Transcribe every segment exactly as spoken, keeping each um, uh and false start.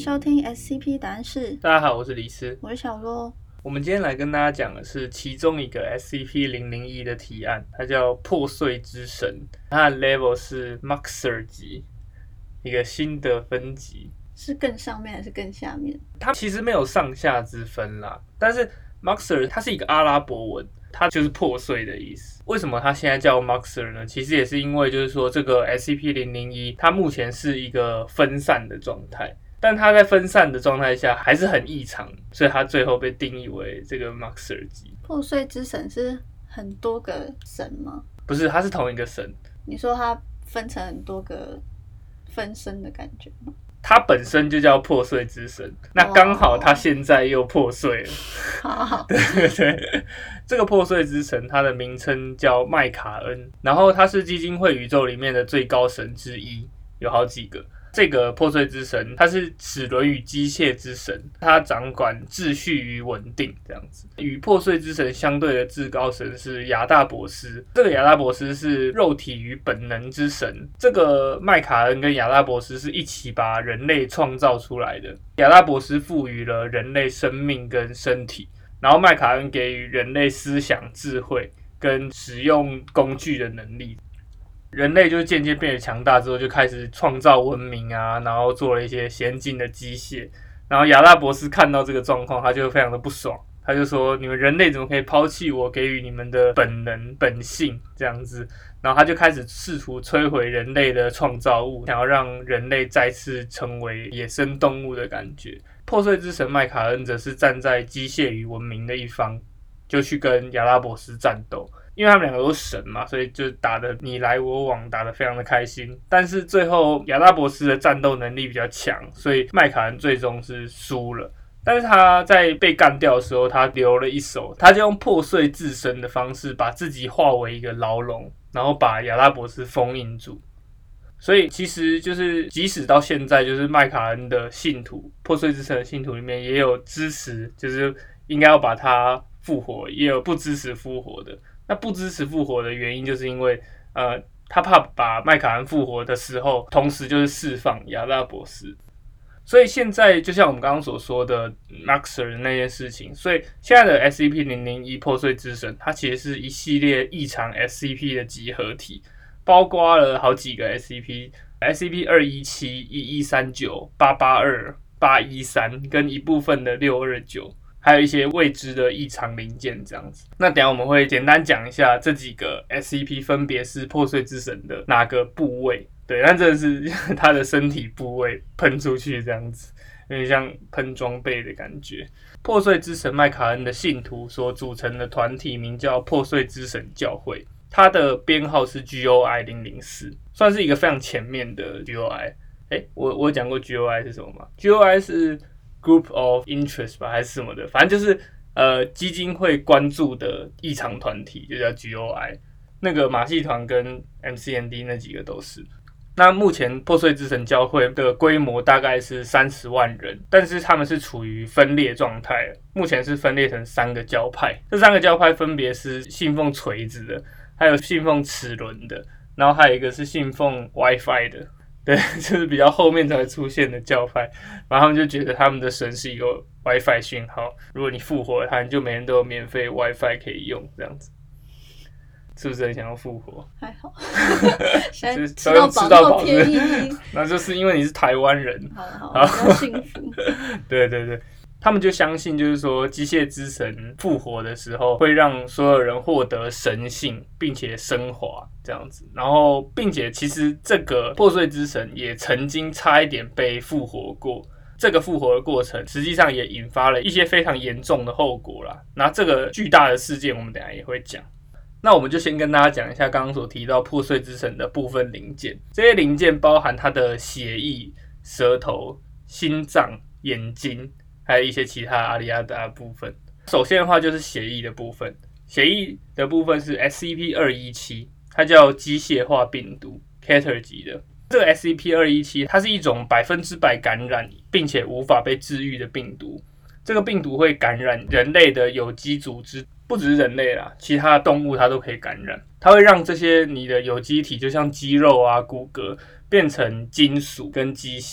收听 S C P 答案室。 大家好，我是李斯， 我是小洛。 我们今天来跟大家讲的是其中一个 S C P 零零一 的提案，它叫破碎之神，它的 level 是 Maxer 级，一个新的分级。 是更上面还是更下面？ 它其实没有上下之分啦，但是 Maxer 它是一个阿拉伯文，它就是破碎的意思。为什么它现在叫 Maxer 呢？其实也是因为就是说这个 S C P 零零一 它目前是一个分散的状态，但它在分散的状态下还是很异常，所以它最后被定义为这个 Maxer 级。 破碎之神是很多个神吗？ 不是，它是同一个神。 你说它分成很多个分身的感觉吗？ 它本身就叫破碎之神，那刚好它现在又破碎了。 好好， 对对对，这个破碎之神，它的名称叫麦卡恩，然后它是基金会宇宙里面的最高神之一，有好几个。这个破碎之神，它是齿轮与机械之神，它掌管秩序与稳定这样子。与破碎之神相对的至高神是亚大博斯，这个亚大博斯是肉体与本能之神。这个麦卡恩跟亚大博斯是一起把人类创造出来的。亚大博斯赋予了人类生命跟身体，然后麦卡恩给予人类思想、智慧跟使用工具的能力。人类就渐渐变得强大之后，就开始创造文明啊，然后做了一些先进的机械。然后亚大博士看到这个状况，他就非常的不爽，他就说：“你们人类怎么可以抛弃我给予你们的本能、本性这样子？”然后他就开始试图摧毁人类的创造物，想要让人类再次成为野生动物的感觉。破碎之神麦卡恩则是站在机械与文明的一方，就去跟亚大博士战斗。因为他们两个都是神嘛，所以就打得你来我往，打得非常的开心。但是最后亚大博士的战斗能力比较强，所以麦卡恩最终是输了。但是他在被干掉的时候，他留了一手，他就用破碎自身的方式把自己化为一个牢笼，然后把亚大博士封印住。所以其实就是即使到现在，就是麦卡恩的信徒，破碎之神的信徒里面也有支持，就是应该要把他复活，也有不支持复活的。那不支持复活的原因，就是因为呃，他怕把麦卡恩复活的时候，同时就是释放亚大博士。所以现在就像我们刚刚所说的 Maxer 那件事情，所以现在的 S C P 零零一 破碎之神，它其实是一系列异常 S C P 的集合体，包括了好几个 S C P，S C P 二一七、一一三九、八八二、八一三跟一部分的六二九。还有一些未知的异常零件这样子。那等一下我们会简单讲一下这几个 S C P 分别是破碎之神的哪个部位。对，但真的是他的身体部位喷出去这样子，有点像喷装备的感觉。破碎之神麦卡恩的信徒所组成的团体名叫破碎之神教会，它的编号是 G O I 零零四，算是一个非常前面的 G O I。欸，我我讲过 G O I 是什么吗？ G O I 是Group of Interest 吧，还是什么的，反正就是呃基金会关注的异常团体，就叫 G O I。那个马戏团跟 M C N D 那几个都是。那目前破碎之神教会的规模大概是三十万人，但是他们是处于分裂状态，目前是分裂成三个教派。这三个教派分别是信奉锤子的，还有信奉齿轮的，然后还有一个是信奉 WiFi 的。对，就是比较后面才会出现的教派，然后他们就觉得他们的神是一个 WiFi 讯号，如果你复活了他，你就每人都有免费 WiFi 可以用，这样子，是不是很想要复活？ 还好，现在吃到饱吃到饱便宜， 那就是因为你是台湾人， 好好，比较幸福。 对对对。他们就相信，就是说，机械之神复活的时候，会让所有人获得神性，并且升华这样子。然后，并且其实这个破碎之神也曾经差一点被复活过。这个复活的过程，实际上也引发了一些非常严重的后果啦。那这个巨大的事件，我们等一下也会讲。那我们就先跟大家讲一下刚刚所提到破碎之神的部分零件。这些零件包含它的血液、舌头、心脏、眼睛。还有一些其他阿里阿达的部分。首先的话就是血液的部分，血液的部分是 S C P 二一七，它叫机械化病毒 Keter 级的。这个 S C P 二一七 它是一种百分之百感染并且无法被治愈的病毒。这个病毒会感染人类的有机组织，不只是人类啦，其他动物它都可以感染。它会让这些你的有机体，就像肌肉啊、骨骼，变成金属跟机械。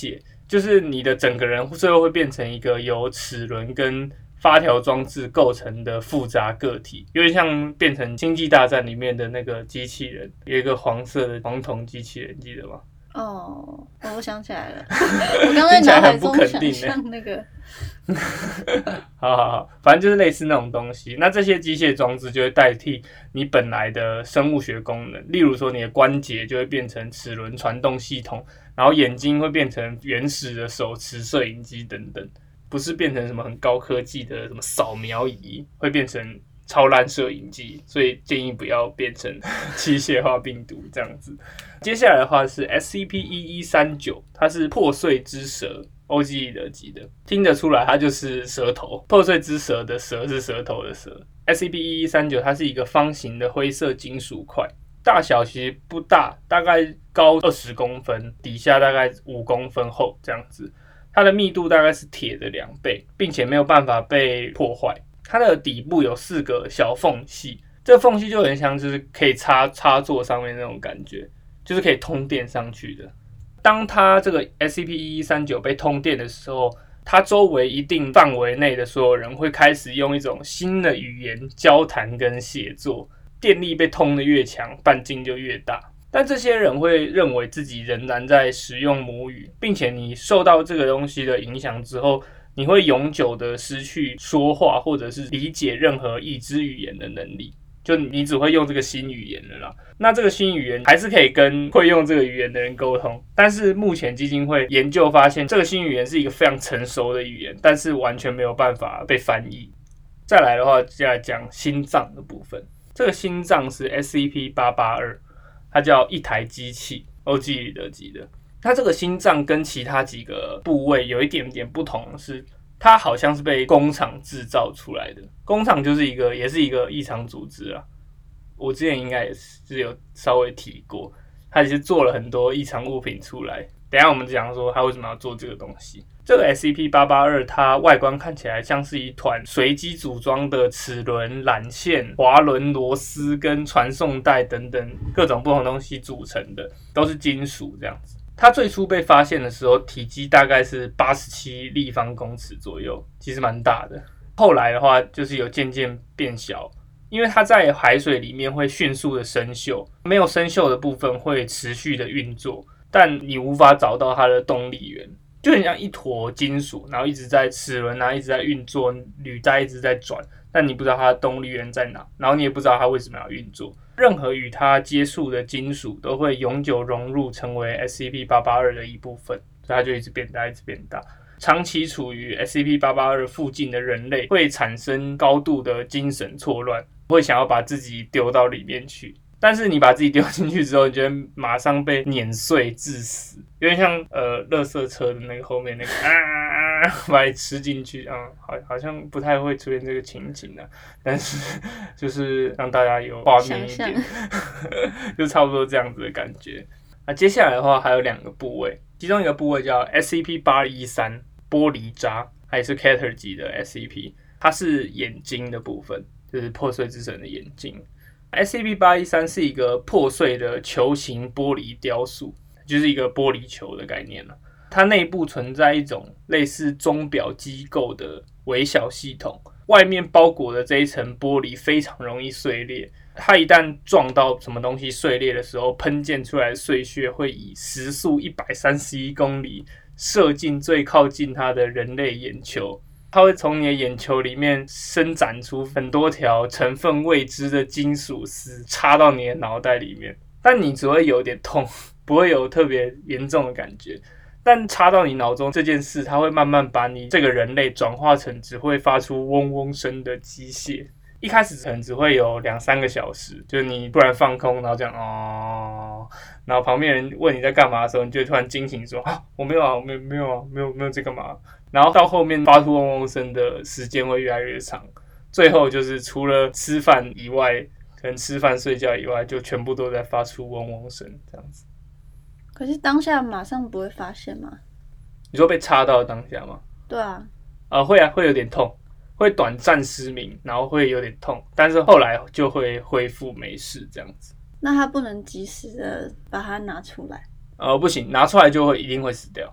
就是你的整个人最后会变成一个由齿轮跟发条装置构成的复杂个体，有点像变成星际大战里面的那个机器人，有一个黄色的黄铜机器人，记得吗？ 哦，我想起来了，我刚才脑海中想象那个。 好好好，反正就是类似那种东西。那这些机械装置就会代替你本来的生物学功能，例如说你的关节就会变成齿轮传动系统，然后眼睛会变成原始的手持摄影机等等，不是变成什么很高科技的什么扫描仪，会变成超烂摄影机，所以建议不要变成机械化病毒这样子。接下来的话是 S C P 一一三九， 它是破碎之蛇，欧几里得级的，听得出来它就是舌头，破碎之蛇的蛇是舌头的蛇。S C P 一一三九 它是一个方形的灰色金属块，大小其实不大，大概高二十公分，底下大概五公分厚这样子。它的密度大概是铁的两倍，并且没有办法被破坏。它的底部有四个小缝隙，这个缝隙就很像就是可以插插座上面那种感觉，就是可以通电上去的。当它这个 S C P 一一三九 被通电的时候，它周围一定范围内的所有人会开始用一种新的语言交谈跟写作，电力被通的越强，半径就越大。但这些人会认为自己仍然在使用母语，并且你受到这个东西的影响之后，你会永久的失去说话或者是理解任何已知语言的能力，就你只会用这个新语言了啦。那这个新语言还是可以跟会用这个语言的人沟通，但是目前基金会研究发现，这个新语言是一个非常成熟的语言，但是完全没有办法被翻译。再来的话，接下来讲心脏的部分。这个心脏是 S C P 八八二， 它叫一台机器，欧几里得级的。它这个心脏跟其他几个部位有一点点不同的是，它好像是被工厂制造出来的。工厂就是一个，也是一个异常组织啊。我之前应该也是有稍微提过，它其实做了很多异常物品出来。等一下我们讲说它为什么要做这个东西。这个 S C P 八八二 它外观看起来像是一团随机组装的齿轮、缆线、滑轮、螺丝跟传送带等等各种不同东西组成的，都是金属这样子。它最初被发现的时候，体积大概是八十七立方公尺左右，其实蛮大的。后来的话，就是有渐渐变小，因为它在海水里面会迅速的生锈，没有生锈的部分会持续的运作，但你无法找到它的动力源，就很像一坨金属，然后一直在齿轮啊一直在运作，履带一直在转，但你不知道它的动力源在哪，然后你也不知道它为什么要运作。任何与它接触的金属都会永久融入成为 S C P 八八二 的一部分，所以它就一直变大一直变大。长期处于 S C P 八八二 附近的人类会产生高度的精神错乱，会想要把自己丢到里面去，但是你把自己丢进去之后，你就会马上被碾碎致死，有点像呃垃圾车的那个后面那个啊，把你吃进去啊、嗯，好好像不太会出现这个情景啊，但是就是让大家有画面一点，就差不多这样子的感觉。那接下来的话还有两个部位，其中一个部位叫 S C P 八一三 玻璃渣，还是 Keter 级的 S C P， 它是眼睛的部分，就是破碎之神的眼睛。S C P 八一三 是一个破碎的球形玻璃雕塑，就是一个玻璃球的概念了。它内部存在一种类似钟表机构的微小系统，外面包裹的这一层玻璃非常容易碎裂。它一旦撞到什么东西碎裂的时候，喷溅出来的碎屑会以时速一百三十一公里射进最靠近它的人类眼球。它会从你的眼球里面伸展出很多条成分未知的金属丝，插到你的脑袋里面，但你只会有点痛，不会有特别严重的感觉。但插到你脑中这件事，它会慢慢把你这个人类转化成只会发出嗡嗡声的机械。一开始可能只会有两三个小时，就是你突然放空，然后这样哦，然后旁边人问你在干嘛的时候，你就突然惊醒说啊，我没有啊，我没有没有啊，没有没有在干嘛。然后到后面发出嗡嗡声的时间会越来越长，最后就是除了吃饭以外，可能吃饭睡觉以外，就全部都在发出嗡嗡声这样子。 可是当下马上不会发现吗？ 你说被插到当下吗？ 对啊， 呃，会啊，会有点痛，会短暂失明，然后会有点痛，但是后来就会恢复没事这样子。 那他不能及时的把它拿出来？ 呃，不行，拿出来就会一定会死掉。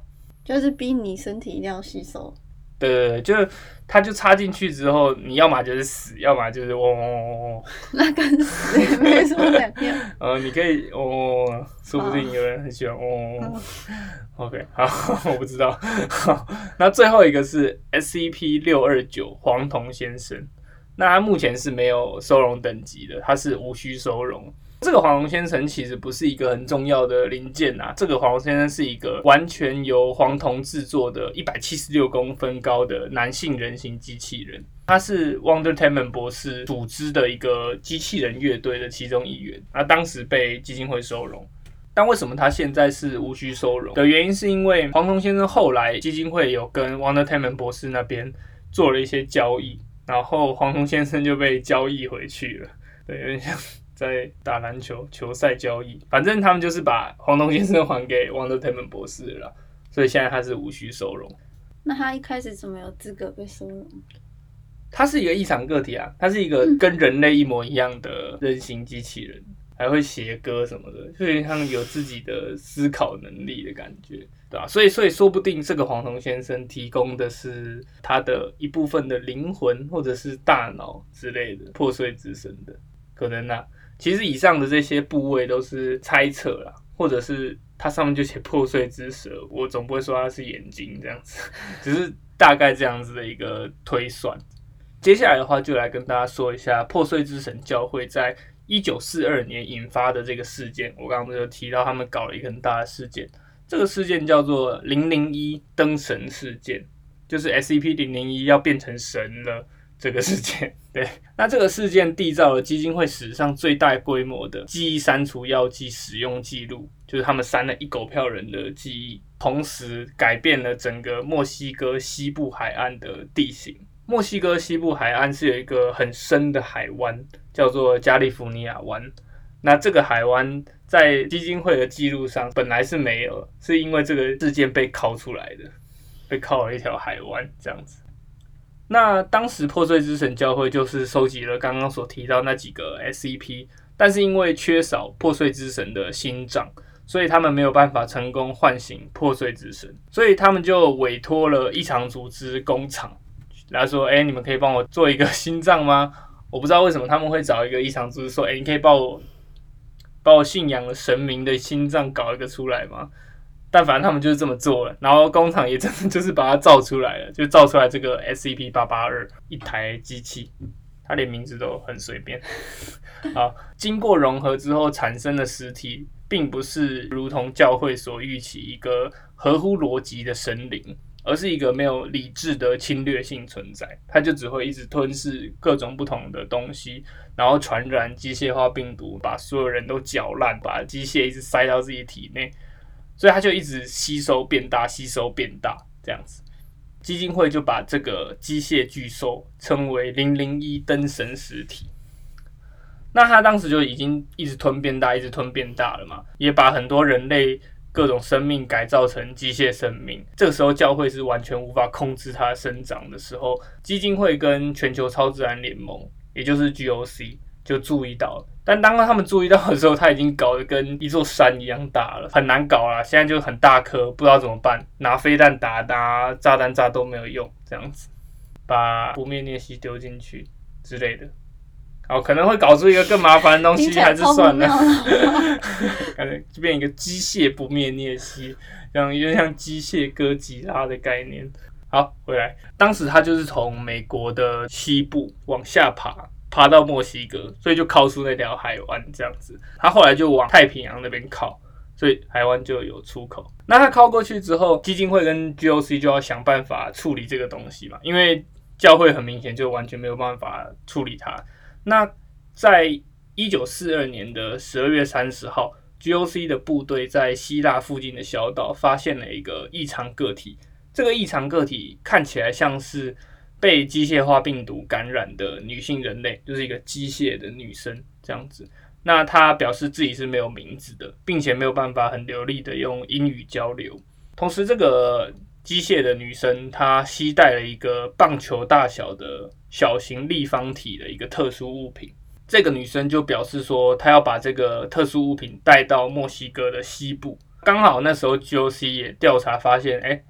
就是逼你身体一定要吸收。 对对对，就是它就插进去之后，你要么就是死，要么就是嗡嗡嗡嗡。 那跟死也没什么两样。 呃，你可以嗡嗡嗡，说不定有人很喜欢嗡嗡嗡。OK， 好，我不知道。好，那最后一个是 S C P 六二九黄铜先生，那他目前是没有收容等级的，他是无需收容。这个黄铜先生其实不是一个很重要的零件啊，这个黄铜先生是一个完全由黄铜制作的一百七十六公分高的男性人形机器人。他是 Wondertainment 博士组织的一个机器人乐队的其中一员，那当时被基金会收容。但为什么他现在是无需收容的原因，是因为黄铜先生后来基金会有跟 Wondertainment 博士那边做了一些交易，然后黄铜先生就被交易回去了。对，有点像在打篮球球赛交易，反正他们就是把黄铜先生还给 Wondertainment 博士了啦，所以现在他是无需收容。 那他一开始怎么有资格被收容？ 他是一个异常个体啊，他是一个跟人类一模一样的人形机器人，还会写歌什么的，就有点像有自己的思考能力的感觉，对吧？所以，所以说不定这个黄铜先生提供的是他的一部分的灵魂，或者是大脑之类的破碎之神的可能啊。其实以上的这些部位都是猜测啦，或者是它上面就写破碎之蛇，我总不会说它是眼睛这样子，只是大概这样子的一个推算。接下来的话，就来跟大家说一下破碎之神教会在一九四二年引发的这个事件。我刚刚不是有提到他们搞了一个很大的事件，这个事件叫做零零一登神事件，就是 S C P 零零一要变成神了这个事件。对，那这个事件缔造了基金会史上最大规模的记忆删除药剂使用记录，就是他们删了一狗票人的记忆，同时改变了整个墨西哥西部海岸的地形。墨西哥西部海岸是有一个很深的海湾，叫做加利福尼亚湾。那这个海湾在基金会的记录上本来是没有，是因为这个事件被拷出来的，被拷了一条海湾这样子。那当时破碎之神教会就是收集了刚刚所提到那几个 S C P， 但是因为缺少破碎之神的心脏，所以他们没有办法成功唤醒破碎之神，所以他们就委托了异常组织工厂来说，哎、欸，你们可以帮我做一个心脏吗？我不知道为什么他们会找一个异常组织说，哎、欸，你可以帮我把我信仰的神明的心脏搞一个出来吗？但反正他们就是这么做了，然后工厂也真的就是把它造出来了，就造出来这个 S C P 八八二 一台机器，它连名字都很随便。好，经过融合之后产生的实体，并不是如同教会所预期一个合乎逻辑的神灵，而是一个没有理智的侵略性存在，它就只会一直吞噬各种不同的东西，然后传染机械化病毒，把所有人都搅烂，把机械一直塞到自己体内。所以它就一直吸收变大，吸收变大这样子。基金会就把这个机械巨兽称为零零一登神实体。那它当时就已经一直吞变大，一直吞变大了嘛，也把很多人类各种生命改造成机械生命。这个时候教会是完全无法控制它生长的时候，基金会跟全球超自然联盟，也就是 G O C 就注意到了。但当他们注意到的时候，它已经搞得跟一座山一样大了，很难搞啦。现在就很大颗，不知道怎么办，拿飞弹打、拿炸弹炸都没有用，这样子，把不灭颞蜥丢进去之类的。好，可能会搞出一个更麻烦的东西，还是算了。感觉就变一个机械不灭颞蜥，这样有点像机械哥吉拉的概念。好，回来，当时他就是从美国的西部往下爬。爬到墨西哥，所以就靠出那条海湾这样子。他后来就往太平洋那边靠，所以海湾就有出口。那他靠过去之后，基金会跟 G O C 就要想办法处理这个东西嘛，因为教会很明显就完全没有办法处理它。那在一九四二年的十二月三十号 ，G O C 的部队在希腊附近的小岛发现了一个异常个体。这个异常个体看起来像是被机械化病毒感染的女性人类，就是一个机械的女生这样子。那她表示自己是没有名字的，并且没有办法很流利的用英语交流。同时，这个机械的女生她携带了一个棒球大小的小型立方体的一个特殊物品。这个女生就表示说，她要把这个特殊物品带到墨西哥的西部。刚好那时候 G O C 也调查发现，哎、欸，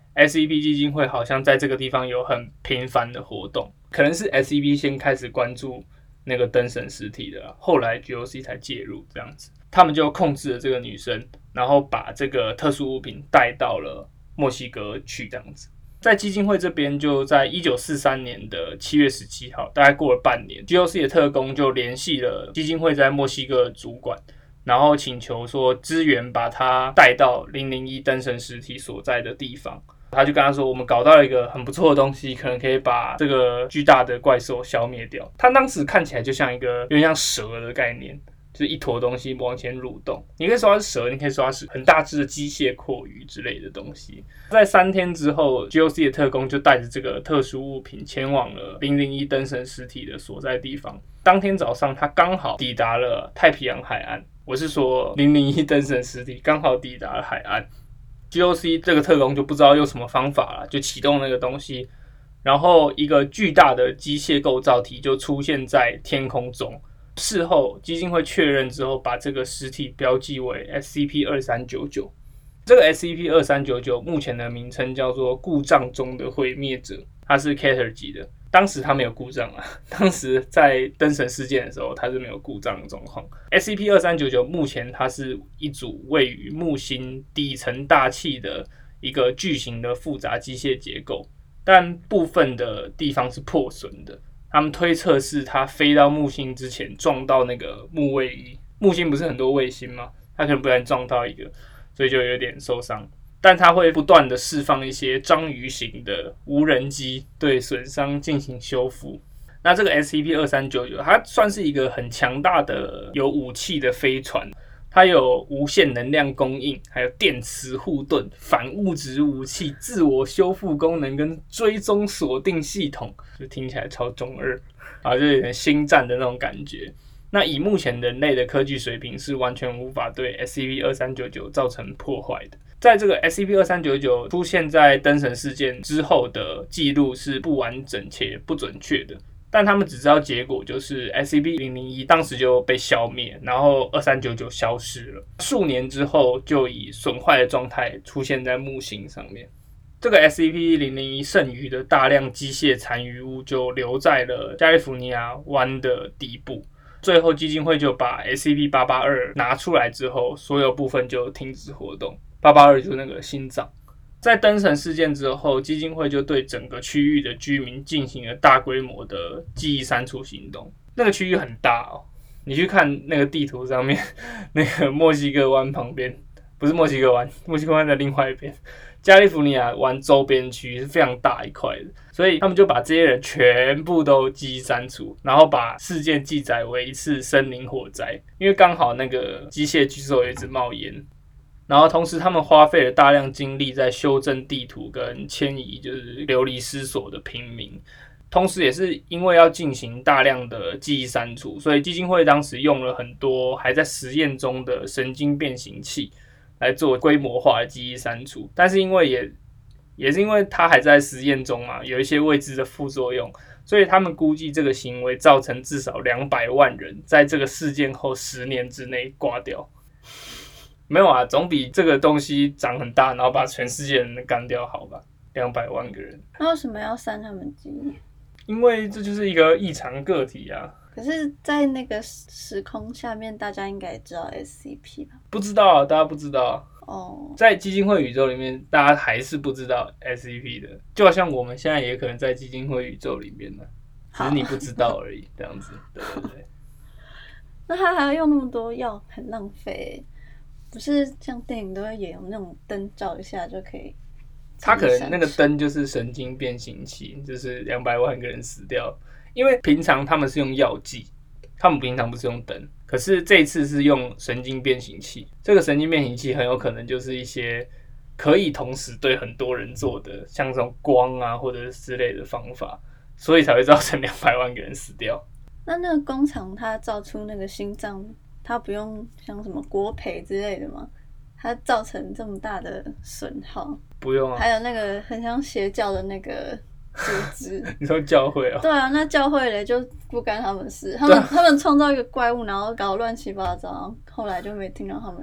S C P 基金会好像在这个地方有很频繁的活动，可能是 S C P 先开始关注那个灯神尸体的，后来 G O C 才介入这样子。他们就控制了这个女生，然后把这个特殊物品带到了墨西哥去这样子。在基金会这边，就在一九四三年的七月十七号，大概过了半年 ，G O C 的特工就联系了基金会在墨西哥的主管，然后请求说支援把他带到零零一灯神尸体所在的地方。他就跟他说，我们搞到了一个很不错的东西，可能可以把这个巨大的怪兽消灭掉。他当时看起来就像一个有点像蛇的概念，就是一坨东西往前蠕动。你可以说它是蛇，你可以说它是很大只的机械蛞蝓之类的东西。在三天之后 ，G O C 的特工就带着这个特殊物品前往了零零一灯神尸体的所在地方。当天早上，他刚好抵达了太平洋海岸。我是说，零零一灯神尸体刚好抵达了海岸。G O C 这个特工就不知道用什么方法了，就启动那个东西，然后一个巨大的机械构造体就出现在天空中。事后基金会确认之后，把这个尸体标记为 S C P 二三九九。这个 S C P 二三九九 目前的名称叫做故障中的毁灭者，它是 Keter 级的。当时它没有故障啊，当时在灯神事件的时候，它是没有故障的状况。S C P 二三九九 目前它是一组位于木星底层大气的一个巨型的复杂机械结构，但部分的地方是破损的。他们推测是它飞到木星之前撞到那个木卫一，木星不是很多卫星吗？它可能不然撞到一个，所以就有点受伤。但它会不断的释放一些章鱼型的无人机，对损伤进行修复。那这个 S C P 二三九九 它算是一个很强大的有武器的飞船，它有无限能量供应，还有电磁护盾、反物质武器、自我修复功能跟追踪锁定系统，就听起来超中二啊，就有点星战的那种感觉。那以目前人类的科技水平，是完全无法对 S C P 二三九九 造成破坏的。在这个 S C P 二三九九 出现在灯神事件之后的记录是不完整且不准确的，但他们只知道结果就是 S C P 零零一 当时就被消灭，然后二三九九消失了。数年之后就以损坏的状态出现在木星上面。这个 S C P 零零一 剩余的大量机械残余物就留在了加利福尼亚湾的底部。最后基金会就把 S C P 八八二 拿出来之后，所有部分就停止活动。八八二就是那个心脏。在灯神事件之后，基金会就对整个区域的居民进行了大规模的记忆删除行动。那个区域很大哦，你去看那个地图上面，那个墨西哥湾旁边，不是墨西哥湾，墨西哥湾的另外一边，加利福尼亚湾周边区是非常大一块的，所以他们就把这些人全部都记忆删除，然后把事件记载为一次森林火灾，因为刚好那个机械巨兽有一直冒烟。然后同时他们花费了大量精力在修正地图跟迁移就是流离失所的平民，同时也是因为要进行大量的记忆删除，所以基金会当时用了很多还在实验中的神经变形器来做规模化的记忆删除。但是因为也也是因为它还在实验中嘛，有一些未知的副作用，所以他们估计这个行为造成至少两百万人在这个事件后十年之内挂掉。没有啊，总比这个东西长很大，然后把全世界人干掉好吧？两百万个人， 那为什么要删他们记忆？ 因为这就是一个异常个体啊。 可是，在那个时空下面，大家应该也知道 S C P 吧？ 不知道啊，大家不知道啊。 哦， 在基金会宇宙里面，大家还是不知道 S C P 的，就好像我们现在也可能在基金会宇宙里面呢，只是你不知道而已，这样子，对对对。 那他还要用那么多药，很浪费。不是像电影都会演有那种灯照一下就可以， 他可能那个灯就是神经变形器，就是两百万个人死掉。因为平常他们是用药剂，他们平常不是用灯，可是这一次是用神经变形器。这个神经变形器很有可能就是一些可以同时对很多人做的，像这种光啊或者是之类的方法，所以才会造成两百万个人死掉。 那那个工厂它造出那个心脏，它不用像什么国赔之类的吗？它造成这么大的损耗， 不用啊。 还有那个很像邪教的那个组织， 你说教会啊？ 对啊，那教会嘞就不干他们事，他们他们创造一个怪物，然后搞乱七八糟，然后后来就没听到他们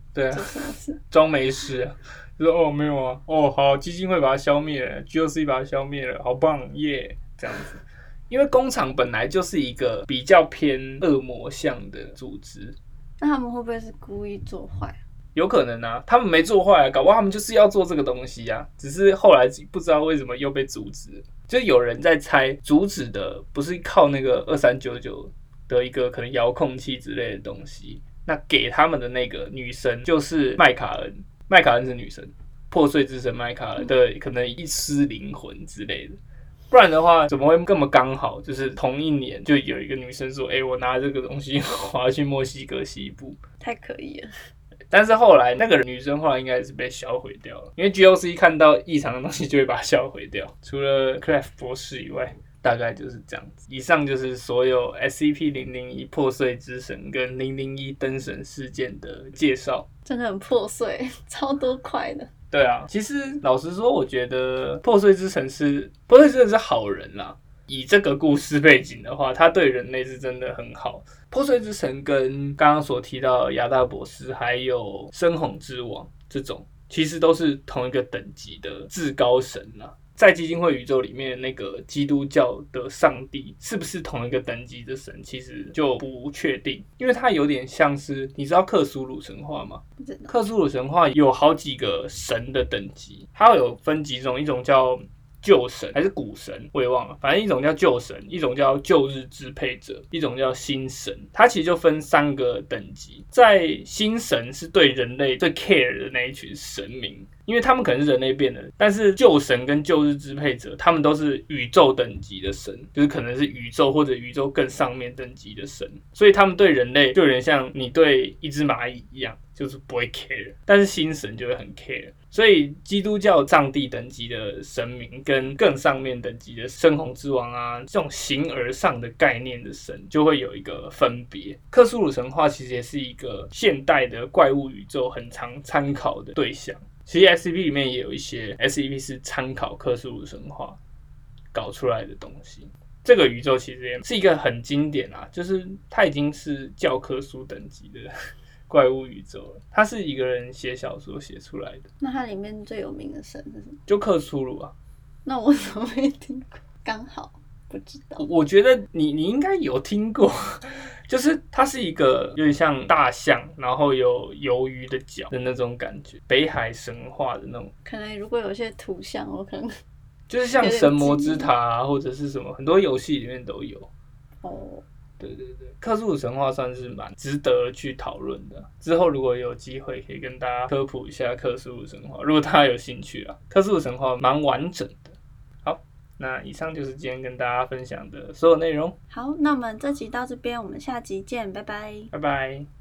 对啊， 做什么事？ 装没事啊，就说哦没有啊，哦好，基金会把它消灭了 ，G O C 把它消灭了，好棒耶，这样子。因为工厂本来就是一个比较偏恶魔向的组织， 那他们会不会是故意做坏？ 有可能啊，他们没做坏啊，搞不好他们就是要做这个东西啊，只是后来不知道为什么又被阻止。就有人在猜，阻止的不是靠那个二三九九的一个可能遥控器之类的东西，那给他们的那个女神就是麦卡恩，麦卡恩是女神，破碎之神麦卡恩的可能一丝灵魂之类的。不然的话，怎么会这么刚好？就是同一年就有一个女生说：“哎、欸，我拿这个东西，我要去墨西哥西部。” 太可疑了。 但是后来那个女生后来应该是被销毁掉了，因为 G O C 看到异常的东西就会把它销毁掉。除了 Clef 博士以外，大概就是这样子。以上就是所有 S C P 零零一 破碎之神跟零零一灯神事件的介绍。 真的很破碎，超多块的。 对啊，其实老实说，我觉得破碎之神是破碎之神是好人啦。以这个故事背景的话，他对人类是真的很好。破碎之神跟刚刚所提到的亚大博士还有深红之王这种，其实都是同一个等级的至高神啦。在基金会宇宙里面，那个基督教的上帝是不是同一个等级的神，其实就不确定，因为它有点像是，你知道克苏鲁神话吗？ 不知道。 克苏鲁神话有好几个神的等级，它有分几种，一种叫旧神还是古神，我也忘了，反正一种叫旧神，一种叫旧日支配者，一种叫新神。它其实就分三个等级，在新神是对人类最 care 的那一群神明，因为他们可能是人类变的，但是旧神跟旧日支配者，他们都是宇宙等级的神，就是可能是宇宙或者宇宙更上面等级的神，所以他们对人类就有点像你对一只蚂蚁一样，就是不会 care， 但是新神就会很 care。所以基督教上帝等级的神明跟更上面等级的深红之王啊，这种形而上的概念的神就会有一个分别。克苏鲁神话其实也是一个现代的怪物宇宙很常参考的对象。其实 S C P 里面也有一些 S C P 是参考克苏鲁神话搞出来的东西。这个宇宙其实也是一个很经典啊，就是它已经是教科书等级的怪物宇宙了，他是一个人写小说写出来的。 那它里面最有名的神是什么？ 就克苏鲁啊。 那我怎么没听过？刚好不知道。 我觉得你你应该有听过，就是它是一个有点像大象，然后有鱿鱼的脚的那种感觉，北海神话的那种。 可能如果有些图像，我可能就是像神魔之塔啊，或者是什么，很多游戏里面都有。 哦。 对对对，克苏鲁神话算是蛮值得去讨论的。之后如果有机会，可以跟大家科普一下克苏鲁神话，如果大家有兴趣啊，克苏鲁神话蛮完整的。好，那以上就是今天跟大家分享的所有内容。 好，那我们这集到这边，我们下集见，拜拜。 拜拜。